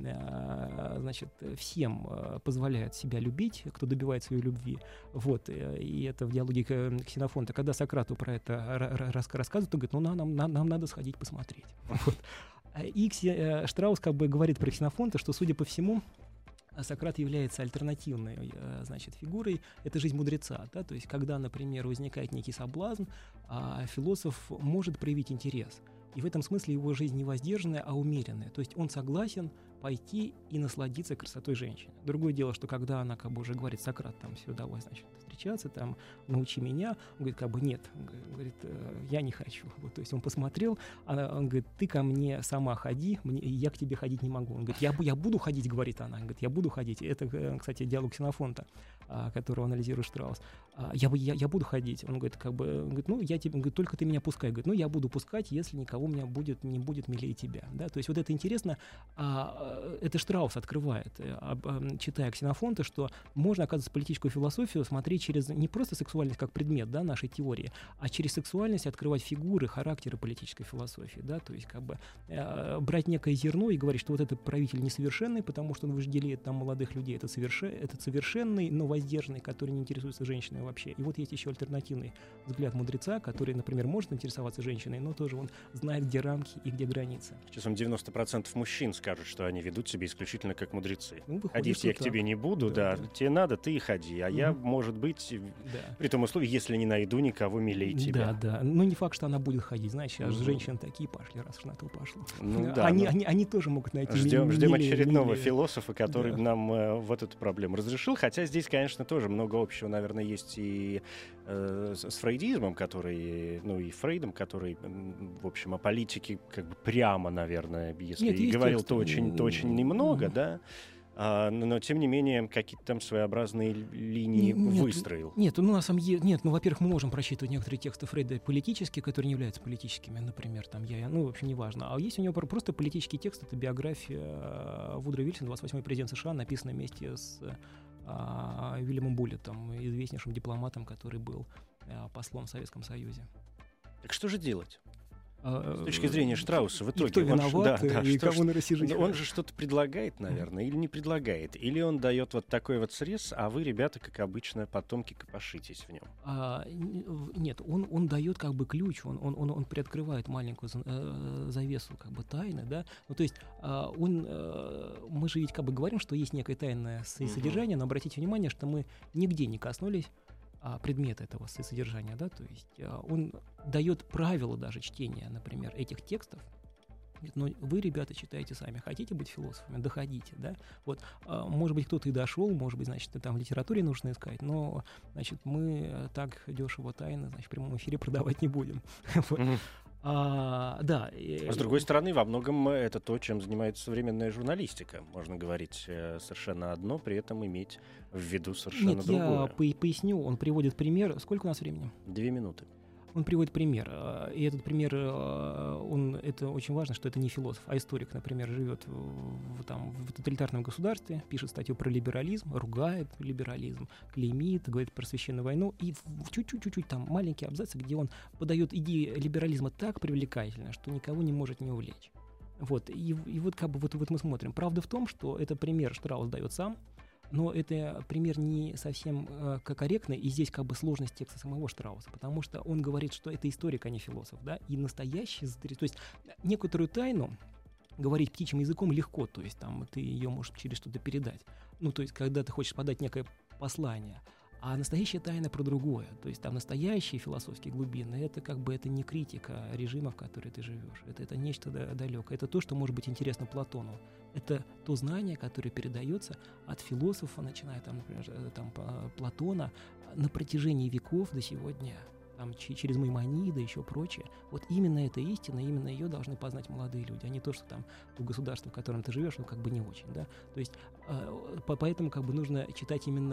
[SPEAKER 3] значит, всем позволяет себя любить, кто добивается ее любви, вот, и это в диалоге Ксенофонта, когда Сократу про это рассказывают, он говорит, ну, нам надо сходить посмотреть. Вот. И Штраус как бы говорит про Ксенофонта, что, судя по всему, Сократ является альтернативной, значит, фигурой. Это жизнь мудреца, да? То есть, когда, например, возникает некий соблазн, философ может проявить интерес. И в этом смысле его жизнь не воздержанная, а умеренная. То есть он согласен пойти и насладиться красотой женщины. Другое дело, что когда она как бы уже говорит, Сократ, там, все, давай, значит, встречаться, там, научи меня, он говорит, как бы, нет, говорит, я не хочу. Вот, то есть он посмотрел, он говорит, ты ко мне сама ходи, я к тебе ходить не могу. Он говорит, я буду ходить, говорит она. Он говорит, я буду ходить. Это, кстати, диалог Ксенофонта, которого анализирует Штраус. Я буду ходить. Он говорит, как бы, ну, я тебе, говорит, только ты меня пускай. Говорит, ну, я буду пускать, если никого у меня не будет милее тебя. Да? То есть вот это интересно, это Штраус открывает, читая Ксенофонта, что можно, оказывается, политическую философию смотреть через не просто сексуальность как предмет, да, нашей теории, а через сексуальность открывать фигуры, характеры политической философии. Да? То есть как бы брать некое зерно и говорить, что вот этот правитель несовершенный, потому что он вожделеет там молодых людей, это совершенный, но воздержанный, который не интересуется женщиной вообще. И вот есть еще альтернативный взгляд мудреца, который, например, может интересоваться женщиной, но тоже он знает, где рамки и где границы.
[SPEAKER 2] Сейчас вам 90% мужчин скажут, что они ведут себя исключительно как мудрецы.
[SPEAKER 3] Ну, выходит,
[SPEAKER 2] ходить я к тебе не буду, да. Тебе надо, ты и ходи. А я, может быть, при том условии, если не найду никого милее тебя.
[SPEAKER 3] Да. Ну, не факт, что она будет ходить. Знаешь, сейчас женщины такие пошли, раз уж на то пошло.
[SPEAKER 2] Ну, да,
[SPEAKER 3] они тоже могут найти
[SPEAKER 2] Ждем очередного философа, который нам вот эту проблему разрешил. Хотя здесь, конечно, тоже много общего, наверное, есть и с фрейдизмом, который, ну, и Фрейдом, который, в общем, о политике как бы прямо, наверное, если и говорил, то очень немного, да. Но, тем не менее, какие-то там своеобразные линии выстроил.
[SPEAKER 3] Нет, во-первых, мы можем прочитывать некоторые тексты Фрейда политические, которые не являются политическими, например, там в общем, неважно. А есть у него просто политический текст, это биография Вудро Вильсона, 28-й президент США, написанная вместе с Уильямом Буллетом, известнейшим дипломатом, который был послом в Советском Союзе.
[SPEAKER 2] Так что же делать? С точки зрения Штрауса, в итоге...
[SPEAKER 3] И кто виноват, и кого на рассиживать.
[SPEAKER 2] Он же что-то предлагает, наверное, или не предлагает. Или он дает вот такой вот срез, а вы, ребята, как обычно, потомки, копошитесь в нем.
[SPEAKER 3] Нет, он дает как бы ключ, он приоткрывает маленькую завесу как бы тайны, да. Ну, то есть мы же ведь как бы говорим, что есть некое тайное содержание, но обратите внимание, что мы нигде не коснулись предмета этого содержания, да, то есть он дает правила даже чтения, например, этих текстов. Но вы, ребята, читаете сами. Хотите быть философами? Доходите, да? Вот, может быть, кто-то и дошел, может быть, значит, там в литературе нужно искать, но, значит, мы так дешево тайны, значит, в прямом эфире продавать не будем. Да.
[SPEAKER 2] С другой стороны, во многом это то, чем занимается современная журналистика. Можно говорить совершенно одно, при этом иметь в виду совершенно другое.
[SPEAKER 3] Нет, я поясню. Он приводит пример. Сколько у нас времени?
[SPEAKER 2] 2 минуты.
[SPEAKER 3] Он приводит пример, и этот пример, это очень важно, что это не философ, а историк, например, живет в тоталитарном государстве, пишет статью про либерализм, ругает либерализм, клеймит, говорит про священную войну, и чуть-чуть там маленькие абзацы, где он подает идеи либерализма так привлекательно, что никого не может не увлечь. Вот, и вот как бы вот мы смотрим. Правда в том, что это пример Штраус дает сам, но это пример не совсем корректный, и здесь как бы сложность текста самого Штрауса, потому что он говорит, что это историк, а не философ, да, и настоящий, то есть некоторую тайну говорить птичьим языком легко, то есть там ты ее можешь через что-то передать, ну, то есть когда ты хочешь подать некое послание, а настоящая тайна про другое, то есть там настоящие философские глубины, это как бы это не критика режима, в котором ты живешь, это нечто далекое, это то, что может быть интересно Платону, это то знание, которое передается от философа, начиная там, например, Платона, на протяжении веков до сегодня, там, через Маймонида и еще прочее. Вот именно эта истина, именно ее должны познать молодые люди, а не то, что там то государство, в котором ты живешь, ну как бы не очень, да. То есть поэтому как бы нужно читать именно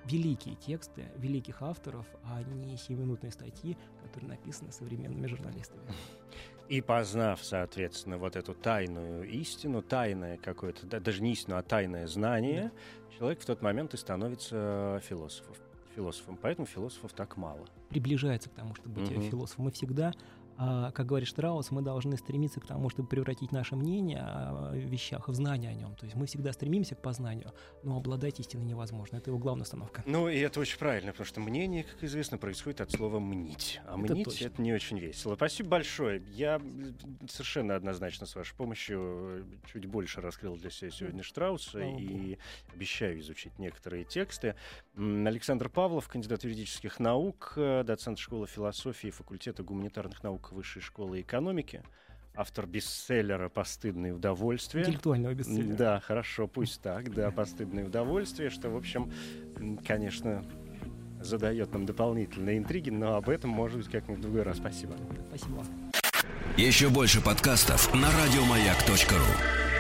[SPEAKER 3] великие тексты великих авторов, а не 7-минутные статьи, которые написаны современными журналистами.
[SPEAKER 2] И познав, соответственно, вот эту тайную истину, тайное какое-то, даже не истину, а тайное знание, человек в тот момент и становится философом. Поэтому философов так мало.
[SPEAKER 3] Приближается к тому, чтобы быть философом. Мы всегда, как говорит Штраус, мы должны стремиться к тому, чтобы превратить наше мнение о вещах в знание о нем. То есть мы всегда стремимся к познанию, но обладать истиной невозможно. Это его главная установка.
[SPEAKER 2] Ну, и это очень правильно, потому что мнение, как известно, происходит от слова «мнить». А мнить — это не очень весело. Спасибо большое. Я совершенно однозначно с вашей помощью чуть больше раскрыл для себя сегодня Штрауса и обещаю изучить некоторые тексты. Александр Павлов, кандидат юридических наук, доцент школы философии и факультета гуманитарных наук Высшей школы экономики, автор бестселлера «Постыдные удовольствия».
[SPEAKER 3] Интеллектуального бестселлера.
[SPEAKER 2] Да, хорошо, пусть так, да, «Постыдные удовольствия», что, в общем, конечно, задает нам дополнительные интриги, но об этом, может быть, как-нибудь в другой раз. Спасибо.
[SPEAKER 3] Спасибо.
[SPEAKER 1] Еще больше подкастов на радиомаяк.ру.